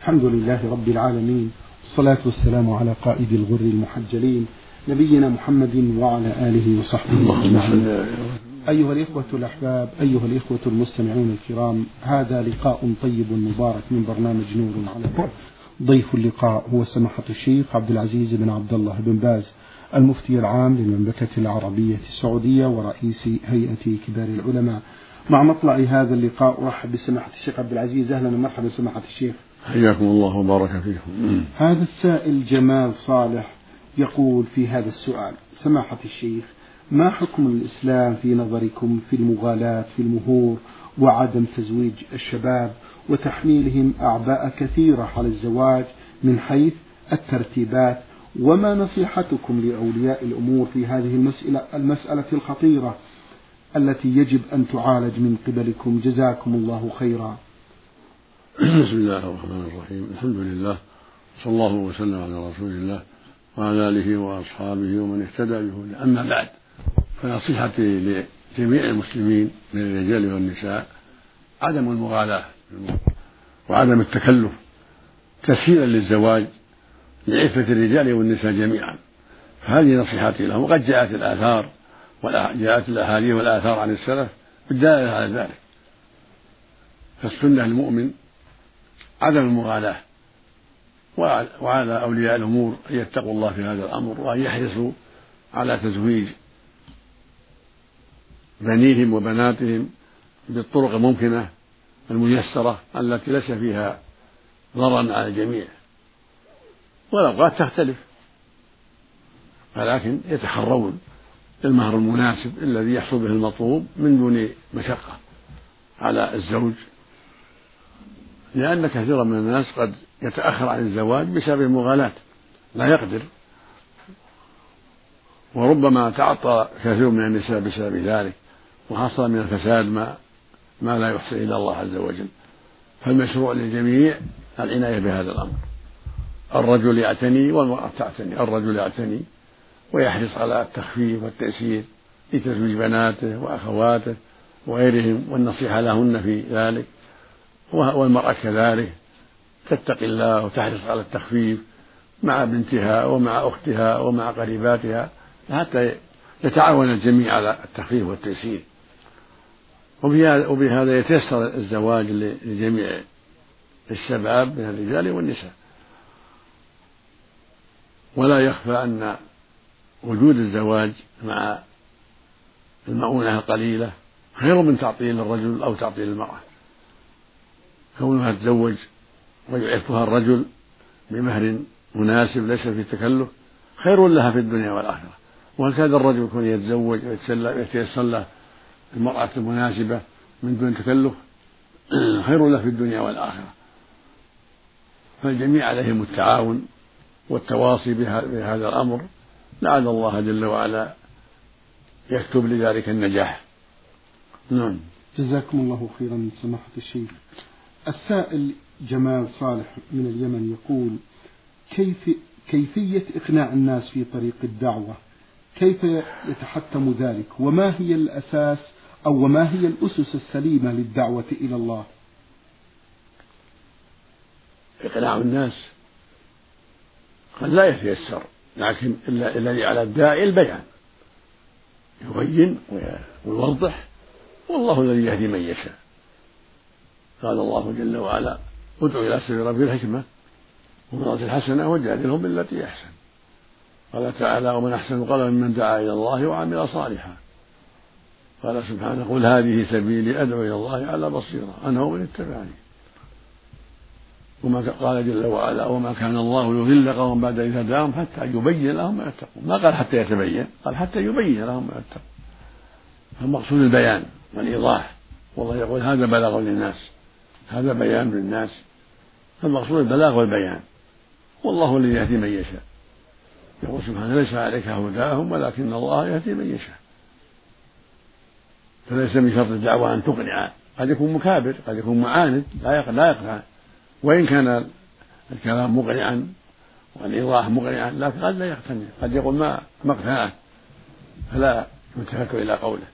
الحمد لله رب العالمين، والصلاة والسلام على قائد الغر المحجلين نبينا محمد وعلى آله وصحبه أجمعين. أيها الإخوة الأحباب، أيها الإخوة المستمعون الكرام، هذا لقاء طيب مبارك من برنامج نور على الدرب. ضيف اللقاء هو سماحة الشيخ عبد العزيز بن عبد الله بن باز، المفتي العام للمملكة العربية السعودية ورئيس هيئة كبار العلماء. مع مطلع هذا اللقاء أرحب بسماحة الشيخ عبد العزيز. أهلا ومرحبا سماحة الشيخ. حياكم الله وبارك فيكم. هذا السائل جمال صالح يقول في هذا السؤال: سماحة الشيخ، ما حكم الإسلام في نظركم في المغالاة في المهور وعدم تزويج الشباب وتحميلهم أعباء كثيرة على الزواج من حيث الترتيبات؟ وما نصيحتكم لأولياء الأمور في هذه المسألة الخطيرة التي يجب أن تعالج من قبلكم؟ جزاكم الله خيرا. بسم الله الرحمن الرحيم. الحمد لله، صلى الله وسلم على رسول الله وعلى آله وأصحابه ومن اهتدى به. أما بعد، فنصيحتي لجميع المسلمين من الرجال والنساء عدم المغالاة وعدم التكلف تسهيلا للزواج لعفة الرجال والنساء جميعا. فهذه نصيحتي لهم، وقد جاءت الآثار جاءت الأحاديث والآثار عن السلف بالدلالة على ذلك. فالسنة المؤمن عدم المغالاة، وعلى أولياء الأمور أن يتقوا الله في هذا الأمر وأن يحرصوا على تزويج بنيهم وبناتهم بالطرق الممكنة الميسرة التي ليس فيها ضرر على الجميع، والأوقات تختلف، ولكن يتحرون المهر المناسب الذي يحصل به المطلوب من دون مشقة على الزوج، لأن كثيرا من الناس قد يتأخر عن الزواج بسبب المغالاة، لا يقدر، وربما تعطى كثير من النساء بسبب ذلك، وحصل من الفساد ما لا يحصي إلى الله عز وجل. فالمشروع للجميع العناية بهذا الأمر. الرجل يعتني والمرأة تعتني. الرجل يعتني ويحرص على التخفيف والتيسير لتزويج بناته وأخواته وغيرهم، والنصيحة لهن في ذلك، والمرأة كذلك تتقي الله وتحرص على التخفيف مع بنتها ومع أختها ومع قريباتها حتى يتعاون الجميع على التخفيف والتيسير، وبهذا يتيسر الزواج لجميع الشباب من الرجال والنساء. ولا يخفى أن وجود الزواج مع المؤونة القليلة خير من تعطيل الرجل أو تعطيل المرأة. كونها تتزوج ويعفها الرجل بمهر مناسب ليس في تكلف خير لها في الدنيا والآخرة، وهكذا الرجل يكون يتزوج ويتيسر له المرأة المناسبة من دون تكلف خير له في الدنيا والآخرة. فالجميع عليهم التعاون والتواصي بهذا الأمر، لعل الله جل وعلا يكتب لذلك النجاح. نعم. جزاكم الله خيرا سماحة الشيخ. السائل جمال صالح من اليمن يقول: كيفية إقناع الناس في طريق الدعوة؟ كيف يتحتم ذلك؟ وما هي الأساس أو وما هي الأسس السليمة للدعوة إلى الله؟ إقناع الناس قد لا يتيسر، لكن الذي على الداعي البيان، يبين ويوضح، والله الذي يهدي من يشاء. قال الله جل وعلا: ادع إلى سبيل ربك بالحكمة والموعظة الحسنة وجادلهم بالتي أحسن. قال تعالى: ومن أحسن قولا ممن دعا إلى الله وعمل صالحا. قال سبحانه: قل هذه سبيلي أدعو إلى الله على بصيرة أنا ومن اتبعني. وما قال جل وعلا: وما كان الله ليضل قوما بعد إذ هداهم حتى يبين لهم ما يتقون. ما قال حتى يتبين، قال حتى يبين لهم ما يتقون. فالمقصود البيان والإيضاح، والله يقول: هذا بلاغ للناس، هذا بيان للناس. فالمقصود البلاغ والبيان، والله الذي يهدي من يشاء. يقول سبحانه: ليس عليك هداهم ولكن الله يهدي من يشاء. فليس من شرط الدعوة أن تقنع، قد يكون مكابر، قد يكون معاند لا يقنع، وإن كان الكلام مقنعا والإيضاح مقنعا لكن قد لا يقتنع، قد يقول ما اقتنعت، فلا يلتفت إلى قوله.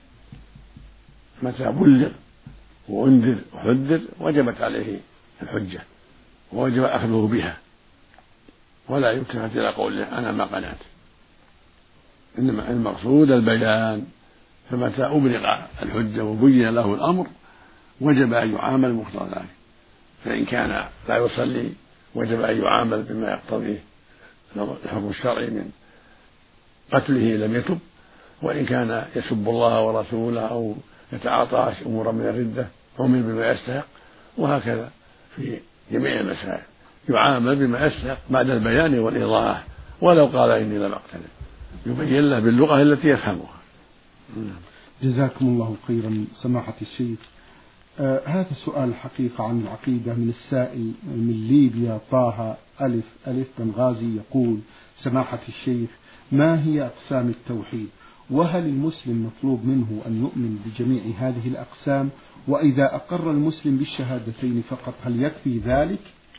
متى بلغ وأنذر وحذر وجبت عليه الحجة، ووجب أخذه بها، ولا يلتفت إلى قوله أنا ما قنعت، إنما المقصود البيان. فمتى أبلغ الحجة وبين له الأمر وجب أن يعامل مقتضى ذلك، فإن كان لا يصلي وجب أن يعامل بما يقتضيه الحكم الشرعي من قتله لم يتب، وإن كان يسب الله ورسوله أو يتعاطى أمورا من الردة عمل بما يستحق، وهكذا في جميع المسائل يعامل بما يستحق بعد البيان والإيضاح، ولو قال إني لم أقتله يبين له باللغة التي يفهمها. جزاكم الله خيرا سماحة الشيخ. هذا السؤال الحقيقة عن العقيدة من السائل من ليبيا طه ألف ألف بنغازي، يقول: سماحة الشيخ، ما هي أقسام التوحيد؟ وهل المسلم مطلوب منه أن يؤمن بجميع هذه الأقسام؟ وإذا أقر المسلم بالشهادتين فقط هل يكفي ذلك؟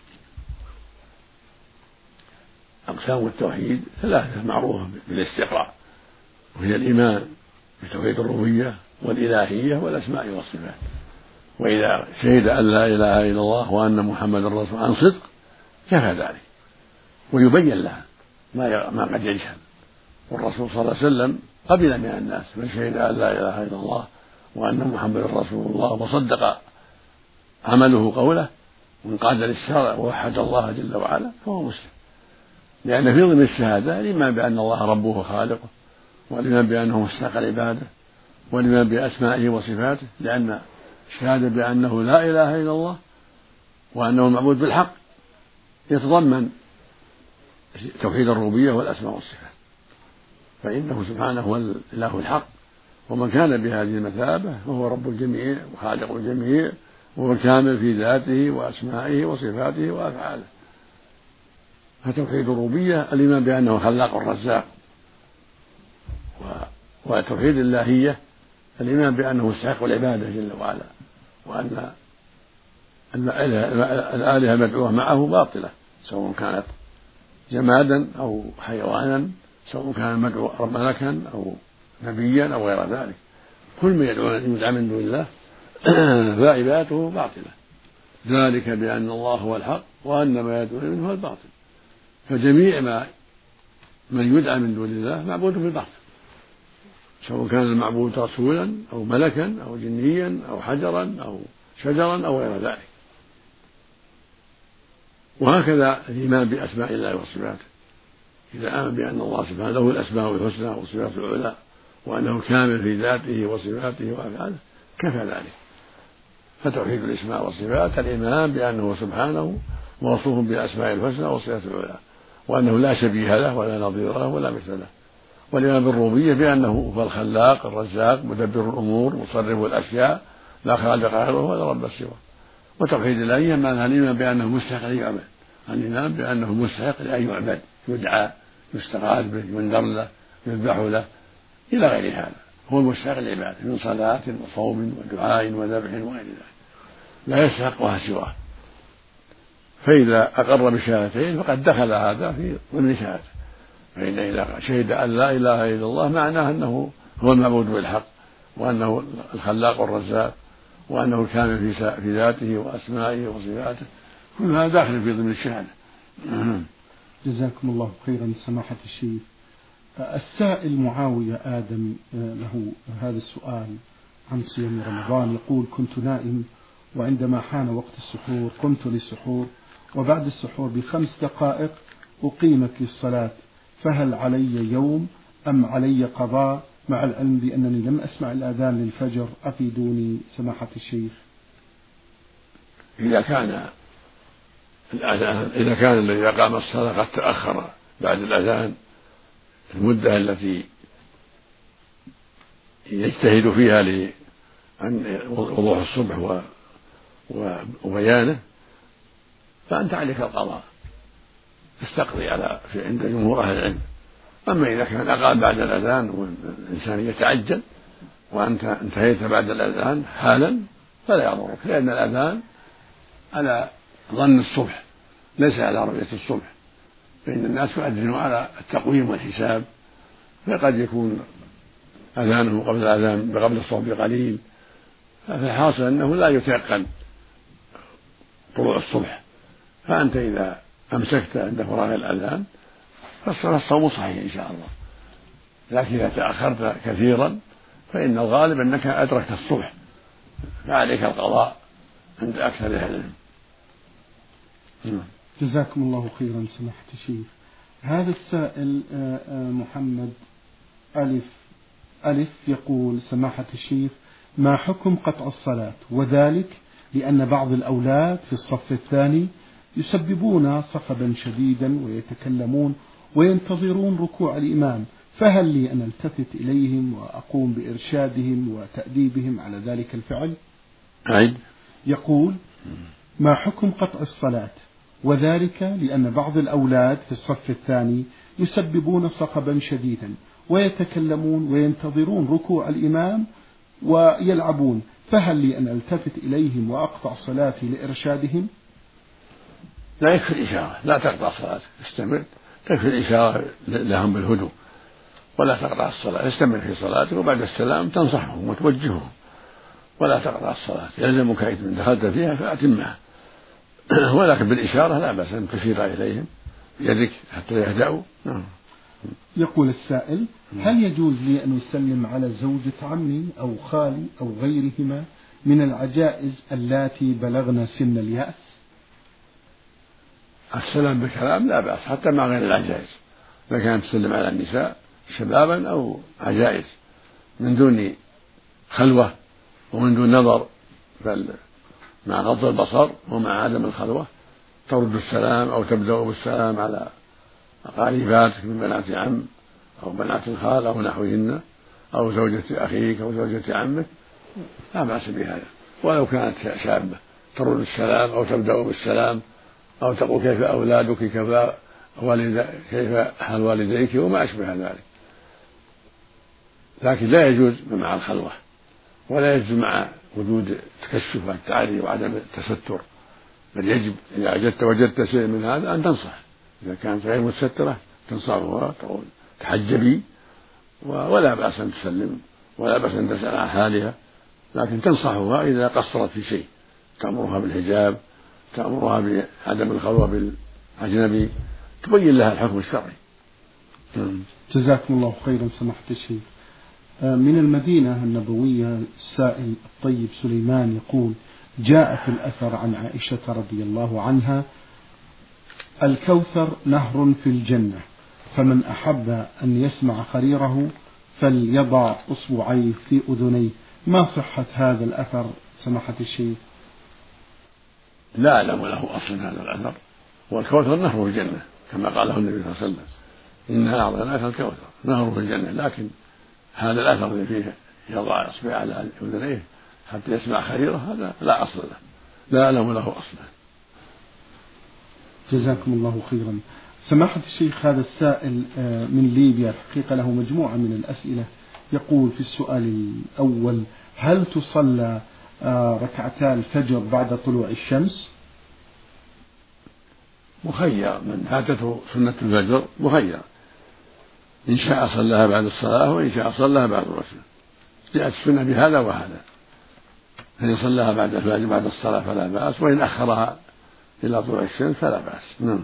أقسام التوحيد ثلاثة معروفة بالاستقراء، وهي الإيمان بتوحيد الربوبية والإلهية والأسماء والصفات. وإذا شهد أن لا إله إلا الله وأن محمدا رسول عن صدق كفى ذلك، ويبين لها ما قد يجهل. والرسول صلى الله عليه وسلم قبل من الناس من شهد أن لا إله إلا الله وأن محمدا رسول الله وصدق عمله قوله وانقاد للشرع ووحد الله جل وعلا فهو مسلم، لأن في ضمن الشهادة الإيمان بأن الله ربه وخالقه، والإيمان بأنه مستحق العبادة، والإيمان بأسمائه وصفاته، لأن الشهادة بأنه لا إله إلا الله وأنه المعبود بالحق يتضمن توحيد الربوبية والأسماء والصفات، فإنه سبحانه هو الإله الحق، ومن كان بهذه المثابة فهو رب الجميع وخالق الجميع، وهو كامل في ذاته وأسمائه وصفاته وأفعاله. فتوحيد الربوبية الإيمان بأنه خلاق الرزاق، وتوحيد اللهية الإيمان بأنه مستحق العبادة جل وعلا، وأن الآلهة المدعوة معه باطلة سواء كانت جمادا أو حيوانا، سواء كان المدعو ملكا أو نبيا أو غير ذلك، كل ما يدعى من دون الله فعبادته باطلة، ذلك بأن الله هو الحق وأن ما يدعون منه هو الباطل. فجميع من يدعى من دون الله معبود بالباطل، سواء كان المعبود رسولا أو ملكا أو جنيا أو حجرا أو شجرا أو غير ذلك. وهكذا الإيمان بأسماء الله وصفاته، إذا آمن بأن الله سبحانه له الأسماء الحسنى والصفات العلى وأنه كامل في ذاته وصفاته وأفعاله كفى ذلك. فتوحيد الأسماء والصفات الإيمان بأنه سبحانه موصوف بالأسماء الحسنى والصفات العلى، وأنه لا شبيه له ولا نظير له ولا مثل له. والإيمان بالربوبية بأنه هو الخلاق الرزاق مدبر الأمور مصرف الأشياء لا خالق غيره ولا رب سواه. وتوحيد الإلهية معنى الإيمان بأنه مستحق أن يعبد، الإيمان بأنه مستحق أن يعبد، يدعى يستغاث به ينذر له يذبح له إلى غير هذا، هو المستحق العبادة من صلاة وصوم ودعاء وذبح وغير ذلك، لا يستحقها سواه. فإذا أقر بشهادتين فقد دخل هذا في ضمن شهادته. فإن إذا شهد أن لا إله إلا الله معناه أنه هو المعبود بالحق، وأنه الخلاق الرزاق، وأنه كامل في ذاته وأسمائه وصفاته، كل هذا داخل في ضمن الشهادة. جزاكم الله خيرا سماحة الشيخ. السائل معاوية آدم له هذا السؤال عن صيام رمضان، يقول: كنت نائم وعندما حان وقت السحور قمت للسحور، وبعد السحور ب5 دقائق أقيمت للصلاة، فهل علي يوم أم علي قضاء، مع العلم بأنني لم أسمع الأذان للفجر؟ أفيدوني سماحة الشيخ. إذا كان الذي أقام الصلاة قد تأخر بعد الأذان المدة التي يجتهد فيها لوضوح الصبح وبيانه، فأنت عليك القضاء تستقضي عند جمهور أهل العلم. أما إذا كان أقام بعد الأذان والإنسان يتعجل وأنت انتهيت بعد الأذان حالا فلا يضرك، لأن الأذان على ظن الصبح ليس على رؤية الصبح، فإن الناس يؤذنون على التقويم والحساب، فقد يكون أذانه قبل الأذان قبل الصبح بقليل، فالحاصل أنه لا يتيقن طلوع الصبح، فأنت إذا أمسكت عند فراغ الأذان فالصوم صحيح إن شاء الله. لكن إذا تأخرت كثيرا فإن الغالب أنك أدركت الصبح فعليك القضاء عند أكثر أهل العلم. جزاكم الله خيرا سماحة الشيخ. هذا السائل محمد ألف يقول: سماحة الشيخ، ما حكم قطع الصلاة؟ وذلك لأن بعض الأولاد في الصف الثاني يسببون صخبا شديدا ويتكلمون وينتظرون ركوع الإمام، فهل لي أن التفت إليهم وأقوم بإرشادهم وتأديبهم على ذلك الفعل؟ يقول: ما حكم قطع الصلاة؟ وذلك لأن بعض الأولاد في الصف الثاني يسببون صخبا شديدا ويتكلمون وينتظرون ركوع الإمام ويلعبون، فهل لي أن ألتفت إليهم وأقطع صلاتي لإرشادهم؟ لا يكفي الإشارة، لا تقطع صلاتك، استمر، تكفي الإشارة لهم بالهدوء ولا تقطع الصلاة، استمر في صلاتك وبعد السلام تنصحهم وتوجههم ولا تقطع الصلاة. يلزمك إذا دخلت فيها فأتمها، ولكن بالإشارة لا بأس أن تشير إليهم بيدك حتى يهدأوا. يقول السائل: هل يجوز لي أن أسلم على زوجة عمي أو خالي أو غيرهما من العجائز اللاتي بلغن سن اليأس؟ السلام بالكلام لا بأس حتى مع غير العجائز، إذا كانت تسلم على النساء شبابا أو عجائز من دون خلوة ومن دون نظر، بل مع غض البصر ومع عدم الخلوة ترد السلام أو تبدأ بالسلام على قريباتك من بنات عم أو بنات الخال أو نحوهن أو زوجة أخيك أو زوجة عمك، لا بأس بهذا. ولو كانت شابة ترد السلام أو تبدأ بالسلام أو تقول كيف أولادك، كيف حال والديك وما أشبه ذلك. لكن لا يجوز مع الخلوة، ولا يجوز مع وجود التكشف والتعري وعدم التستر، بل يجب إذا وجدت شيء من هذا أن تنصح. إذا كانت غير مستترة تنصحها تقول تحجبي، ولا بأس أن تسلم ولا بأس أن تسأل عن حالها، لكن تنصحها إذا قصرت في شيء، تأمرها بالحجاب، تأمرها بعدم الخلوة بالأجنبي، تبين لها الحكم الشرعي. جزاكم الله خيرا سماحة الشيخ. من المدينة النبوية السائل الطيب سليمان يقول: جاء في الأثر عن عائشة رضي الله عنها: الكوثر نهر في الجنة، فمن أحب أن يسمع خريره فليضع أصبعيه في أذنيه. ما صحة هذا الأثر سماحة الشيخ؟ لا أعلم له أصل هذا الأثر، والكوثر نهر في الجنة كما قاله النبي صلى الله عليه وسلم: إنا أعطيناك الكوثر نهر في الجنة. لكن هذا الأثر اللي فيه يضع إصبعه على أذنيه حتى يسمع خريره هذا لا أصل له، لا أعلم له أصلا. جزاكم الله خيرا سماحة الشيخ. هذا السائل من ليبيا الحقيقة له مجموعة من الأسئلة. يقول في السؤال الأول: هل تصلى ركعتا الفجر بعد طلوع الشمس؟ مخير، من فاتته سنة الفجر مخير، إن شاء صلىها بعد الصلاة وإن شاء صلىها بعد الركعة، جاءت السنة بهذا وهذا، فإن صلىها بعد الفجر بعد الصلاة فلا بأس، وإن أخرها إلى طلوع الشمس فلا بأس.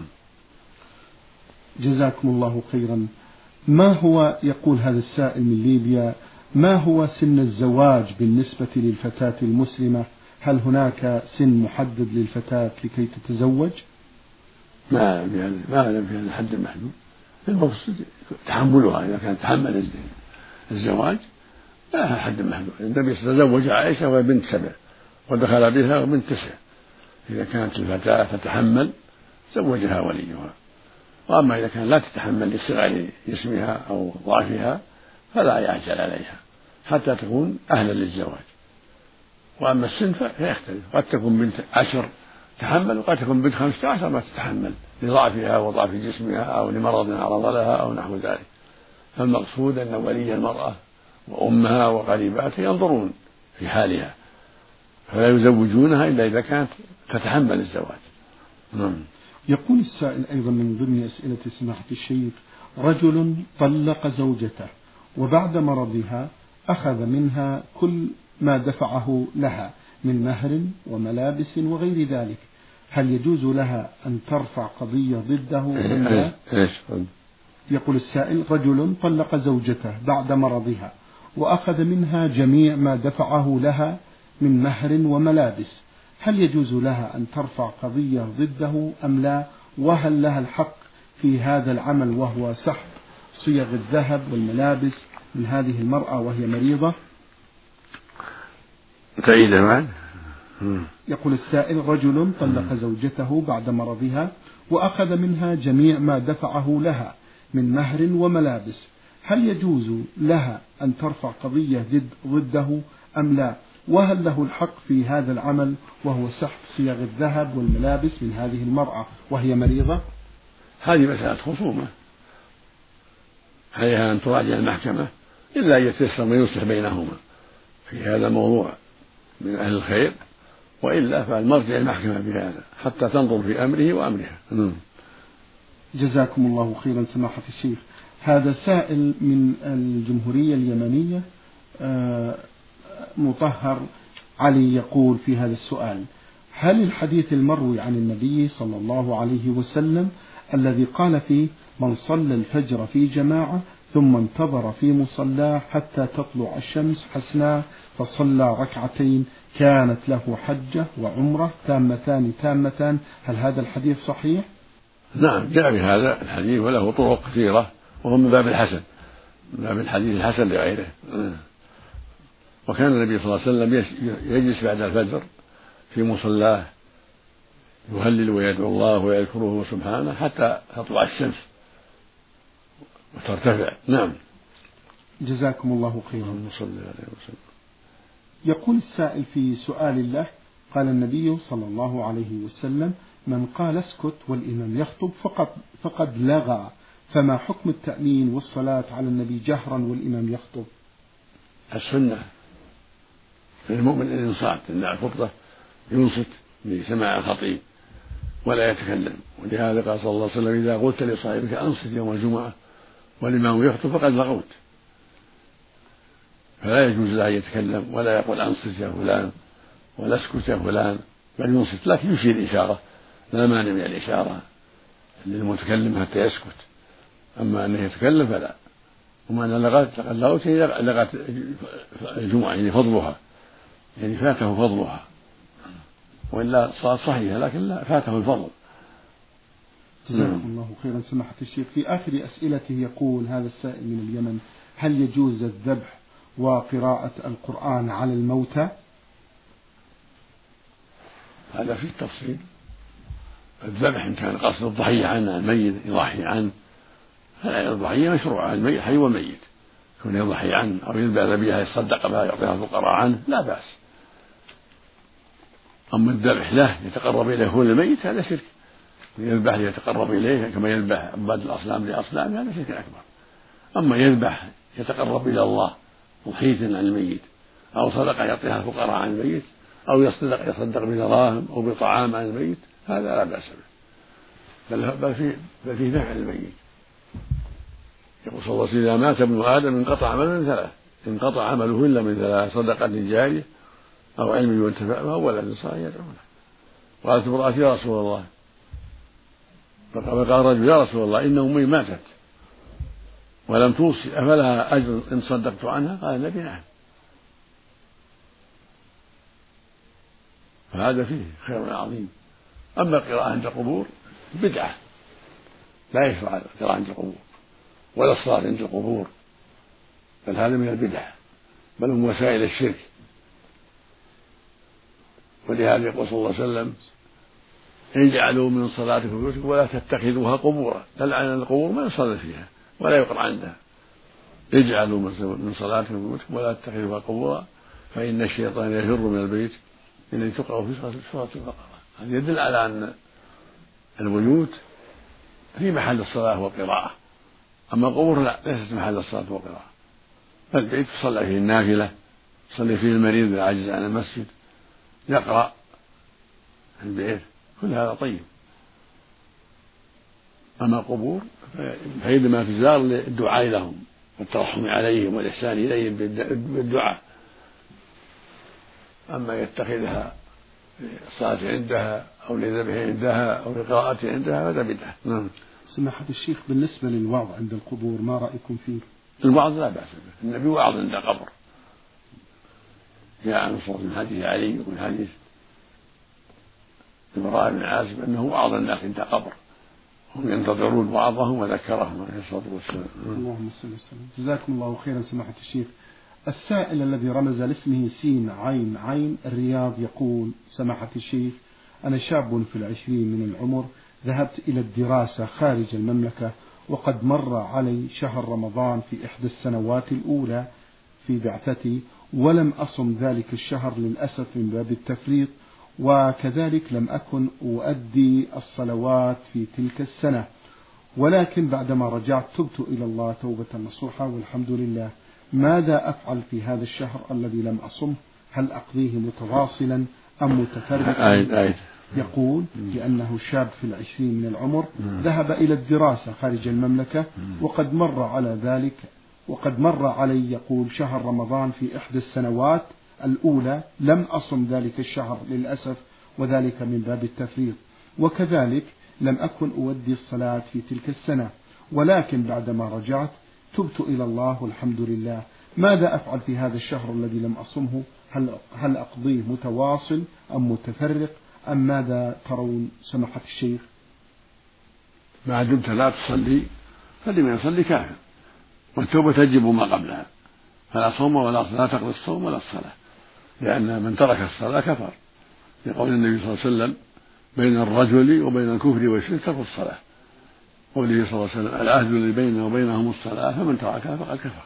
جزاكم الله خيرا. ما هو، يقول هذا السائل من ليبيا، ما هو سن الزواج بالنسبة للفتاة المسلمة؟ هل هناك سن محدد للفتاة لكي تتزوج؟ ما أعلم في هذا الحد المحدود، المقصود تحملها، إذا كانت تحمل الزواج لا حد محدود. النبي تزوج عائشة وهي بنت 7 ودخل بها وبنت 9، إذا كانت الفتاة تتحمل زوجها وليها، وأما إذا كان لا تتحمل لصغر جسمها أو ضعفها فلا يعجل عليها حتى تكون أهلا للزواج. وأما السن فيختلف، قد تكون بنت 10 تحمل وقد تكون بنت 15 ما تتحمل لضعفها وضعف جسمها أو لمرض عرض لها أو نحو ذلك. فالمقصود أن ولي المرأة وأمها وقريباتها ينظرون في حالها فلا يزوجونها إلا إذا كانت تتحمل الزواج. يقول السائل أيضا من ضمن أسئلة سماحة الشيخ: رجل طلق زوجته وبعد مرضها أخذ منها كل ما دفعه لها من مهر وملابس وغير ذلك، هل يجوز لها أن ترفع قضية ضده أم لا؟ يقول السائل: رجل طلق زوجته بعد مرضها وأخذ منها جميع ما دفعه لها من مهر وملابس، هل يجوز لها أن ترفع قضية ضده أم لا؟ وهل لها الحق في هذا العمل وهو سحب صيغ الذهب والملابس من هذه المرأة وهي مريضة؟ تعيده معا. يقول السائل: رجل طلق زوجته بعد مرضها وأخذ منها جميع ما دفعه لها من مهر وملابس، هل يجوز لها أن ترفع قضية ضده أم لا؟ وهل له الحق في هذا العمل وهو سحب صيغ الذهب والملابس من هذه المرأة وهي مريضة؟ هذه مسألة خصومة، عليها أن تراجع المحكمة إلا أن يتيسر من يصلح بينهما في هذا الموضوع من أهل الخير، وإلا فالمرجع المحكمة بهذا حتى تنظر في أمره وأمرها. جزاكم الله خيرا سماحة الشيخ. هذا سائل من الجمهورية اليمنية مطهر علي يقول في هذا السؤال: هل الحديث المروي عن النبي صلى الله عليه وسلم الذي قال فيه: من صلى الفجر في جماعة ثم انتظر في مصلاه حتى تطلع الشمس حسناء فصلى ركعتين كانت له حجة وعمرة تامتان، هل هذا الحديث صحيح؟ نعم، جاء بهذا الحديث وله طرق كثيرة، وهو من باب الحسن، من باب الحديث الحسن لغيره. وكان النبي صلى الله عليه وسلم يجلس بعد الفجر في مصلاه يهلل ويدعو الله ويذكره سبحانه حتى تطلع الشمس وترتفع. نعم. جزاكم الله خيرا. يقول السائل في سؤال له: قال النبي صلى الله عليه وسلم: من قال اسكت والإمام يخطب فقد لغى، فما حكم التأمين والصلاة على النبي جهرا والإمام يخطب؟ السنة للمؤمن الإنصات، إن الخطبة ينصت لسماع الخطيب ولا يتكلم، ولهذا قال صلى الله عليه وسلم: إذا قلت لصاحبك أنصت يوم الجمعة والإمام يخطب فقد لغوت، فلا يجوز له أن يتكلم ولا يقول أنصت يا فلان ولا اسكت يا فلان، بل ينصت، لكن يشير إشارة، لا مانع من الإشارة للمتكلم حتى يسكت، أما أنه يتكلم فلا. وما أن لغت الجمعة يعني فضلها، يعني فاته فضلها، وإلا صارت صحيحة لكن لا فاته الفضل. جزاكم الله خيرا سماحة الشيخ. في آخر أسئلته يقول هذا السائل من اليمن: هل يجوز الذبح وقراءة القرآن على الموتى؟ هذا في التفصيل. الذبح إن كان قصد الضحية عنه الميت يضحي عنه، الضحية مشروعة، الميت حي والميت يكون يضحي عنه أو يذبح ذبيحة يتصدق بها يعطيها الفقراء عنه لا بأس. أما الذبح له يتقرب إليه هو الميت هذا شرك، يذبح ليتقرب إليه كما يذبح عباد الأصنام لأصنام هذا شرك أكبر. أما يذبح يتقرب إلى الله مضحية عن الميت، أو صدقة يعطيها الفقراء عن الميت، أو يصدق بدراهم أو بطعام عن الميت، هذا لا بأس به، بل فيه نفع للميت. يقول صلى الله عليه وسلم: إذا مات ابن آدم انقطع عمله من ثلاث، انقطع عمله إلا من ثلاث: صدقة جارية أو علم ينتفع به أو ولد صالح يدعو له. قالت امرأة: يا رسول الله، فقال الرجل: يا رسول الله إن أمي ماتت ولم توصي أفلها أجر إن صدقت عنها؟ قال النبي: نعم. فهذا فيه خير عظيم. أما القراءة عند القبور بدعة، لا يشرع القراءة عند القبور ولا الصلاة عند القبور، بل هذا من البدع، بل من وسائل الشرك. ولهذا يقول صلى الله عليه وسلم: اجعلوا من صلاتكم بيوتكم ولا تتخذوها قبورا، لعن القبور ما يصلى فيها ولا يقرأ عندها. اجعلوا من صلاتكم بيوتكم ولا تتخذوها قبورا فإن الشيطان يفر من البيت الذي تقرأ في سورة البقرة. هذا يدل على أن البيوت في محل الصلاة والقراءة، أما القبور لا، ليست محل الصلاة والقراءة. فالبيت تصلى فيه النافلة، يصلي فيه المريض إذا عجز عن المسجد، يقرأ في البيت، كل هذا طيب. أما القبور فإنما تزار للدعاء لهم والترحم عليهم والإحسان إليهم بالدعاء. أما يتخذها للصلاة عندها أو للذبح عندها أو للقراءة عندها فهذا بدعة. نعم. سماحة الشيخ، بالنسبة للوعظ عند القبور ما رأيكم فيه؟ الوعظ لا بأس به، النبي وعظ عند قبر، جاء عن صوت من حديث علي ومن حديث البراء بن عازب أنه وعظ الناس عند قبر هم ينتظرون وعظهم وذكرهم عليه الصلاة والسلام. اللهم صل وسلم. جزاكم الله خيرا سماحة الشيخ. السائل الذي رمز لاسمه سين عين عين الرياض يقول: سماحة الشيخ، أنا شاب في 20 من العمر، ذهبت إلى الدراسة خارج المملكة، وقد مر علي شهر رمضان في إحدى السنوات الأولى في بعثتي، ولم أصم ذلك الشهر للأسف من باب التفريط، وكذلك لم أكن أؤدي الصلوات في تلك السنة، ولكن بعدما رجعت تبت إلى الله توبة نصوحة والحمد لله. ماذا أفعل في هذا الشهر الذي لم أصمه؟ هل أقضيه متواصلا أم متفرقا؟ يقول لأنه شاب في 20 من العمر، ذهب إلى الدراسة خارج المملكة، وقد مر علي يقول شهر رمضان في إحدى السنوات الأولى، لم أصم ذلك الشهر للأسف، وذلك من باب التفريط، وكذلك لم أكن أودي الصلاة في تلك السنة، ولكن بعدما رجعت تبت إلى الله والحمد لله. ماذا أفعل في هذا الشهر الذي لم أصمه؟ هل أقضيه متواصل أم متفرق أم ماذا ترون سماحة الشيخ؟ ما دمت لا تصلي فلمن يصلي كافر، والتوبة تجب ما قبلها، فلا صوم ولا صلاة، لا تقضي الصوم ولا الصلاة، لأن من ترك الصلاة كفر، لقول النبي صلى الله عليه وسلم: بين الرجل وبين الكفر والشرك ترك الصلاة، قوله صلى الله عليه وسلم: العهد الذي بيننا وبينهم الصلاة فمن تركها فقد كفر.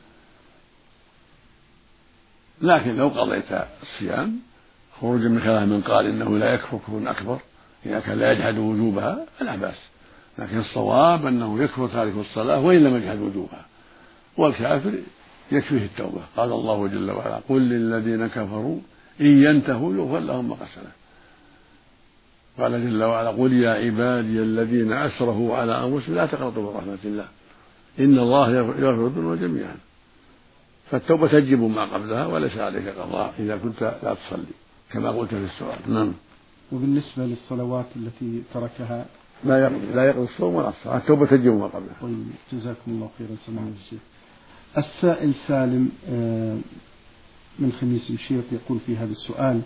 لكن لو قضيت الصيام خروجا من خلاف من قال إنه لا يكفر كفر أكبر إذا كان لا يجحد وجوبها فلا بأس، لكن الصواب أنه يكفر تارك الصلاة وإن لم يجحد وجوبها، والكافر يكفيه التوبة. قال الله جل وعلا: قل للذين كفروا إن ينتهوا يغفر لهم ما قد سلف. قال جل وعلا: قل يا عبادي الذين أسرفوا على أنفسهم لا تقنطوا من رحمة الله إن الله يغفر الذنوب جميعا. فالتوبة تجب ما قبلها وليس عليك قضاء إذا كنت لا تصلي كما قلت في السؤال. نعم. وبالنسبة للصلوات التي تركها لا يقضي الصوم ولا الصلاة، التوبة تجب ما قبلها. طيب، جزاكم الله خيرا سماحة الشيخ. السائل سالم من خميس مشيط يقول في هذا السؤال: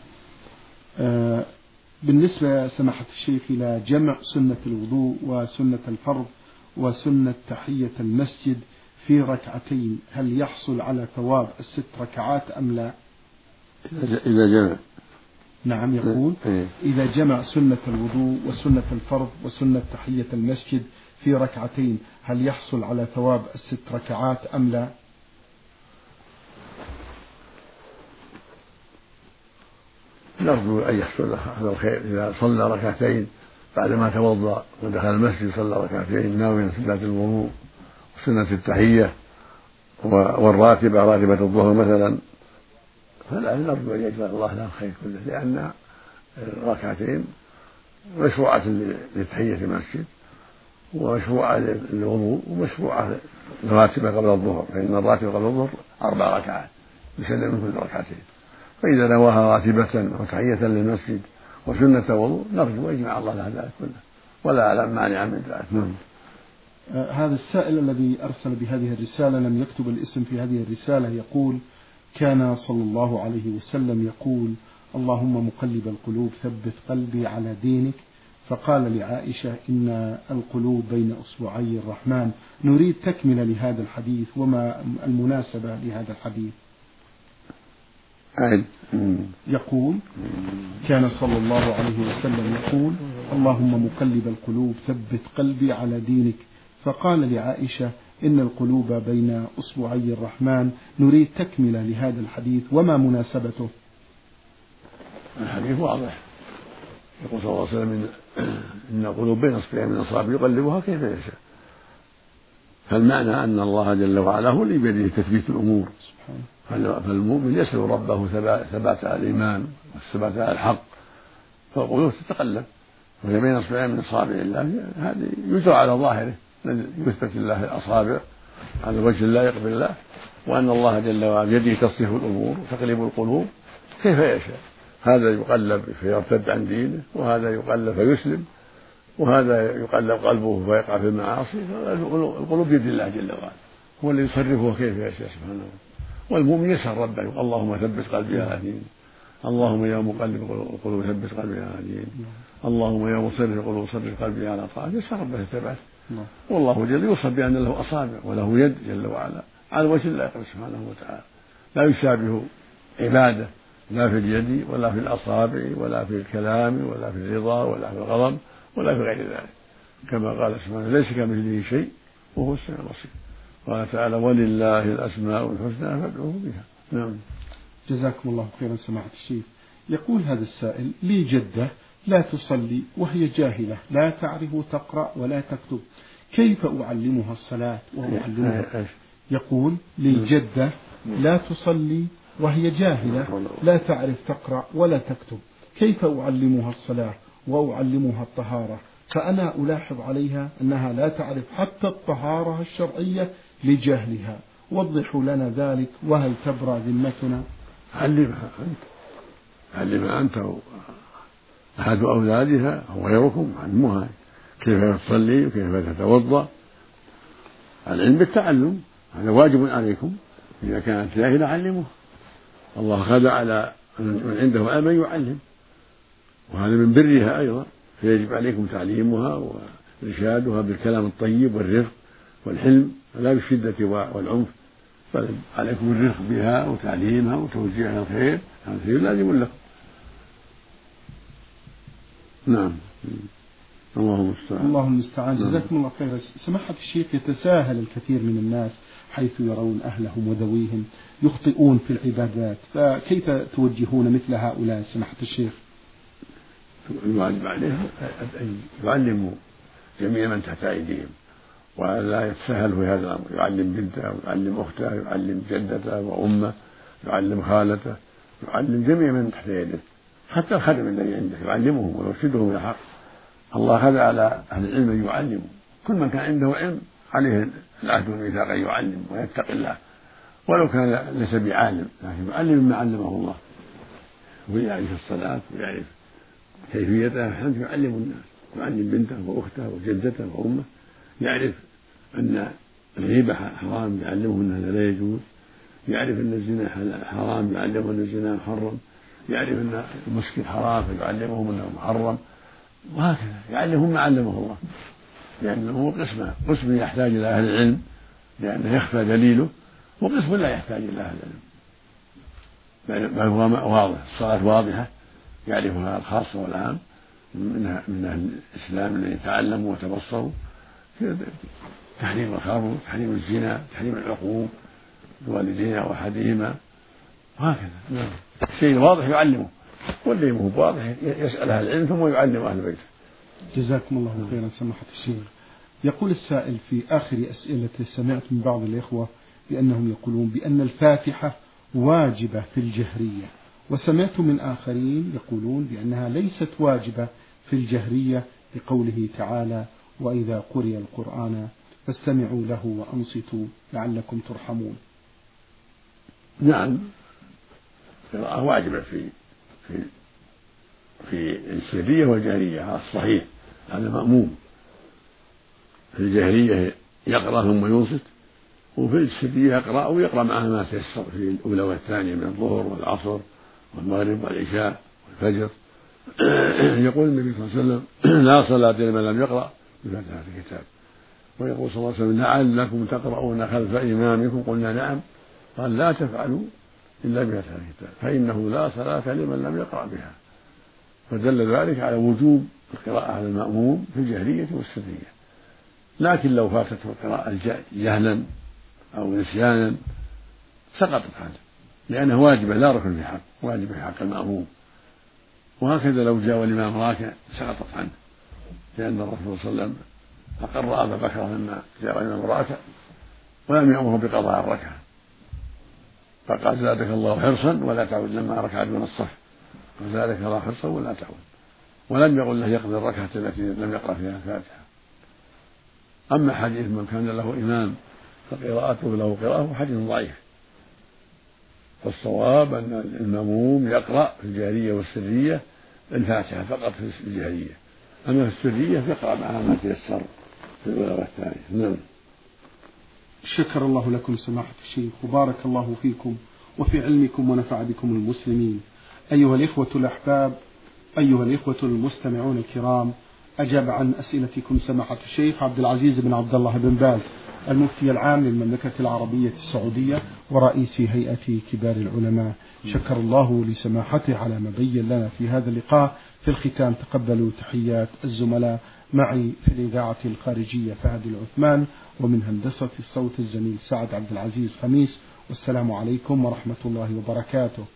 بالنسبة سماحة الشيخ إلى جمع سنة الوضوء وسنة الفرض وسنة تحية المسجد في ركعتين، هل يحصل على ثواب 6 ركعات أم لا؟ إذا جمع. نعم، يقول: إذا جمع سنة الوضوء وسنة الفرض وسنة تحية المسجد في ركعتين هل يحصل على ثواب 6 ركعات أم لا؟ نرجو أن يحصل هذا الخير إذا صلى ركعتين بعدما توضأ ودخل المسجد، صلى ركعتين ناويا سنة الوضوء وسنة التحية والراتبة راتبة الظهر مثلا، فلا نرجو أن يجزى الله له الخير كله، لأن الركعتين مشروعة لتحية المسجد ومشروعة للوضوء ومشروعة الراتبة قبل الظهر، فإن الراتبة قبل الظهر 4 ركعات يسلم من كل ركعتين، فإذا نواها راتبة وتحية للمسجد وسنة وضوء نرجو أن يجمع الله له ذلك كله ولا أعلم مانعا من ذلك. هذا السائل الذي أرسل بهذه الرسالة لم يكتب الاسم في هذه الرسالة يقول: كان صلى الله عليه وسلم يقول: اللهم مقلب القلوب ثبت قلبي على دينك، فقال لعائشة: إن القلوب بين أصبعي الرحمن. نريد تكملة لهذا الحديث وما المناسبة لهذا الحديث. يقول: كان صلى الله عليه وسلم يقول: اللهم مقلب القلوب ثبت قلبي على دينك، فقال لعائشة: إن القلوب بين أصبعي الرحمن. نريد تكملة لهذا الحديث وما مناسبته. الحديث واضح، يقول صلى الله عليه وسلم: إن القلوب بين أصبعين من أصابعه يقلبها كيف يشاء، فالمعنى أن الله جل وعلا هو اللي بيده تثبيت الأمور، فالمؤمن يسأل ربه ثبات على الإيمان والثبات على الحق، فالقلوب تتقلب وهي بين أصبعين من أصابع الله، هذه يجرى على ظاهره يثبت الله الأصابع على وجه لا يقبل الله، وأن الله جل وعلا بيده تصريف الأمور وتقليب القلوب كيف يشاء، هذا يقلب فيرتد عن دينه، وهذا يقلب فيسلم، وهذا يقلب قلبه فيقع في المعاصي. القلوب بيد الله جل وعلا، هو الذي يصرفه كيف يشاء سبحانه وتعالى. والمؤمن يسأل ربه: اللهم ثبت قلبي على دينك، اللهم يا مقلب القلوب ثبت قلبي على دينك، اللهم يا مصرف القلوب صرف قلبي على طاعتك. يسأل ربه الثبات، والله جل يوصف بأن له أصابع وله يد جل وعلا على وجه الله سبحانه وتعالى، لا يشابه عباده لا في اليد ولا في الأصابع ولا في الكلام ولا في الرضا ولا في الغضب ولا في غير ذلك، كما قال سبحانه: ليس كمثله شيء وهو السميع البصير. قال تعالى: ولله الأسماء الحسنى فادعوه بها. نعم. جزاكم الله خيرا سماحة الشيخ. يقول هذا السائل: لي جدة لا تصلي وهي جاهلة، لا تعرف تقرأ ولا تكتب، كيف أعلمها الصلاة وأعلمها؟ يقول: لي جدة لا تصلي وهي جاهلة، لا تعرف تقرأ ولا تكتب، كيف أعلمها الصلاة وأعلمها الطهارة؟ فأنا ألاحظ عليها أنها لا تعرف حتى الطهارة الشرعية لجهلها، وضحوا لنا ذلك، وهل تبرأ ذمتنا؟ علمها أنت أحد أولادها أو غيركم، علموها كيف تصلي وكيف تتوضأ. العلم بالتعلم، هذا واجب عليكم. إذا كانت جاهلة علموها. الله خلق على من عنده علم يعلم، وهذا من برها أيضا، فيجب عليكم تعليمها وإرشادها بالكلام الطيب والرفق والحلم، لا بالشدة والعنف، بل عليكم الرفق بها وتعليمها وتوجيهها الخير، هذا شيء لازم لكم. نعم. الله المستعان. جزاكم الله خيرا. سماحة الشيخ، يتساهل الكثير من الناس حيث يرون أهلهم وذويهم يخطئون في العبادات، فكيف توجهون مثل هؤلاء سماحة الشيخ؟ الواجب عليهم أن يعلموا جميع من تحت أيديهم، ولا يتساهل في هذا الأمر، يعلم بنته ويعلم أخته، يعلم جدته وأمه، يعلم خالته، يعلم جميع من تحت يده، حتى الخدم الذي عنده يعلمهم ويرشدهم إلى الحق. الله خذ على أهل العلم أن يعلموا، كل من كان عنده علم عليه العهد والميثاق أن يعلم ويتقي الله، ولو كان ليس بعالم، لكن يعلم ما علمه الله، ويعرف الصلاة ويعرف كيفيتها، حتى يعلم الناس، يعلم بنته وأخته وجدته وأمه، يعرف أن الغيبة حرام يعلمه أنها لا يجوز، يعرف أن الزنا حرام يعلمه أن الزنا محرم، يعرف أن المسكر حرام فيعلمهم أنه محرم، وهكذا يعلمهم ما علمه الله. لأنه قسم يحتاج إلى أهل العلم لأنه يخفى دليله، وقسم لا يحتاج إلى أهل العلم، بل هو واضح، الصلاة واضحة يعرفها الخاص والعام من أهل الإسلام الذين تعلموا وتبصروا، تحريم الخمر، تحريم الزنا، تحريم العقوق الوالدين أو أحدهما، وهكذا. الشيء واضح يعلمه، والذي هو واضح يسأل أهل العلم ثم يعلم أهل بيته. جزاكم الله خيرا سماحة الشيخ. يقول السائل في آخر أسئلته: سمعت من بعض الإخوة بأنهم يقولون بأن الفاتحة واجبة في الجهرية، وسمعت من آخرين يقولون بأنها ليست واجبة في الجهرية، لقوله تعالى: وإذا قرئ القرآن فاستمعوا له وأنصتوا لعلكم ترحمون. نعم، القراءة واجبة في السرية والجهرية، على الصحيح، هذا مأموم. في الجهرية يقرأ ثم ينصت، وفي السرية يقرأ ويقرأ معه ما تيسر في الأولى والثانية من الظهر والعصر والمغرب والعشاء والفجر. يقول النبي صلى الله عليه وسلم: لا صلاة لمن لم يقرأ بفاتحة الكتاب. ويقول صلى الله عليه وسلم: لعلكم تقرؤون خلف إمامكم. قلنا: نعم. قال: لا تفعلوا إلا بفاتحة الكتاب، فإنه لا صلاة لمن لم يقرأ بها. فدل ذلك على وجوب القراءة على المأموم في الجهرية والسرية. لكن لو فاتته القراءة جهلا أو نسيانا سقطت عنه، لأنها واجبة لا ركن في حق، واجبة في حق المأموم. وهكذا لو جاء الإمام راكع سقطت عنه، لأن الرسول صلى الله عليه وسلم أقر أبا بكر لما جاء الإمام راكع ولم يأمره بقضاء الركعة، فقال: زادك الله حرصا ولا تعود، لما ركع دون الصف فزادك الله حرصا ولا تعود، ولم يقل له يقضي الركعة التي لم يقرأ فيها الفاتحة. أما حديث من كان له إمام فقراءته له قراءة حديث ضعيف، فالصواب أن المأموم يقرأ في الجهرية والسرية الفاتحة فقط في الجهرية، أما في السرية فيقرأ معها ما تيسر في الأولى والثانية. نعم. شكر الله لكم سماحة الشيخ وبارك الله فيكم وفي علمكم ونفع بكم المسلمين. أيها الإخوة الأحباب، أيها الإخوة المستمعون الكرام، أجاب عن أسئلتكم سماحة الشيخ عبد العزيز بن عبد الله بن باز المفتي العام للمملكة العربية السعودية ورئيس هيئة كبار العلماء. شكر الله لسماحته على ما بين لنا في هذا اللقاء. في الختام تقبلوا تحيات الزملاء معي في الإذاعة الخارجية فهد العثمان، ومن هندسة الصوت الزميل سعد عبد العزيز خميس، والسلام عليكم ورحمة الله وبركاته.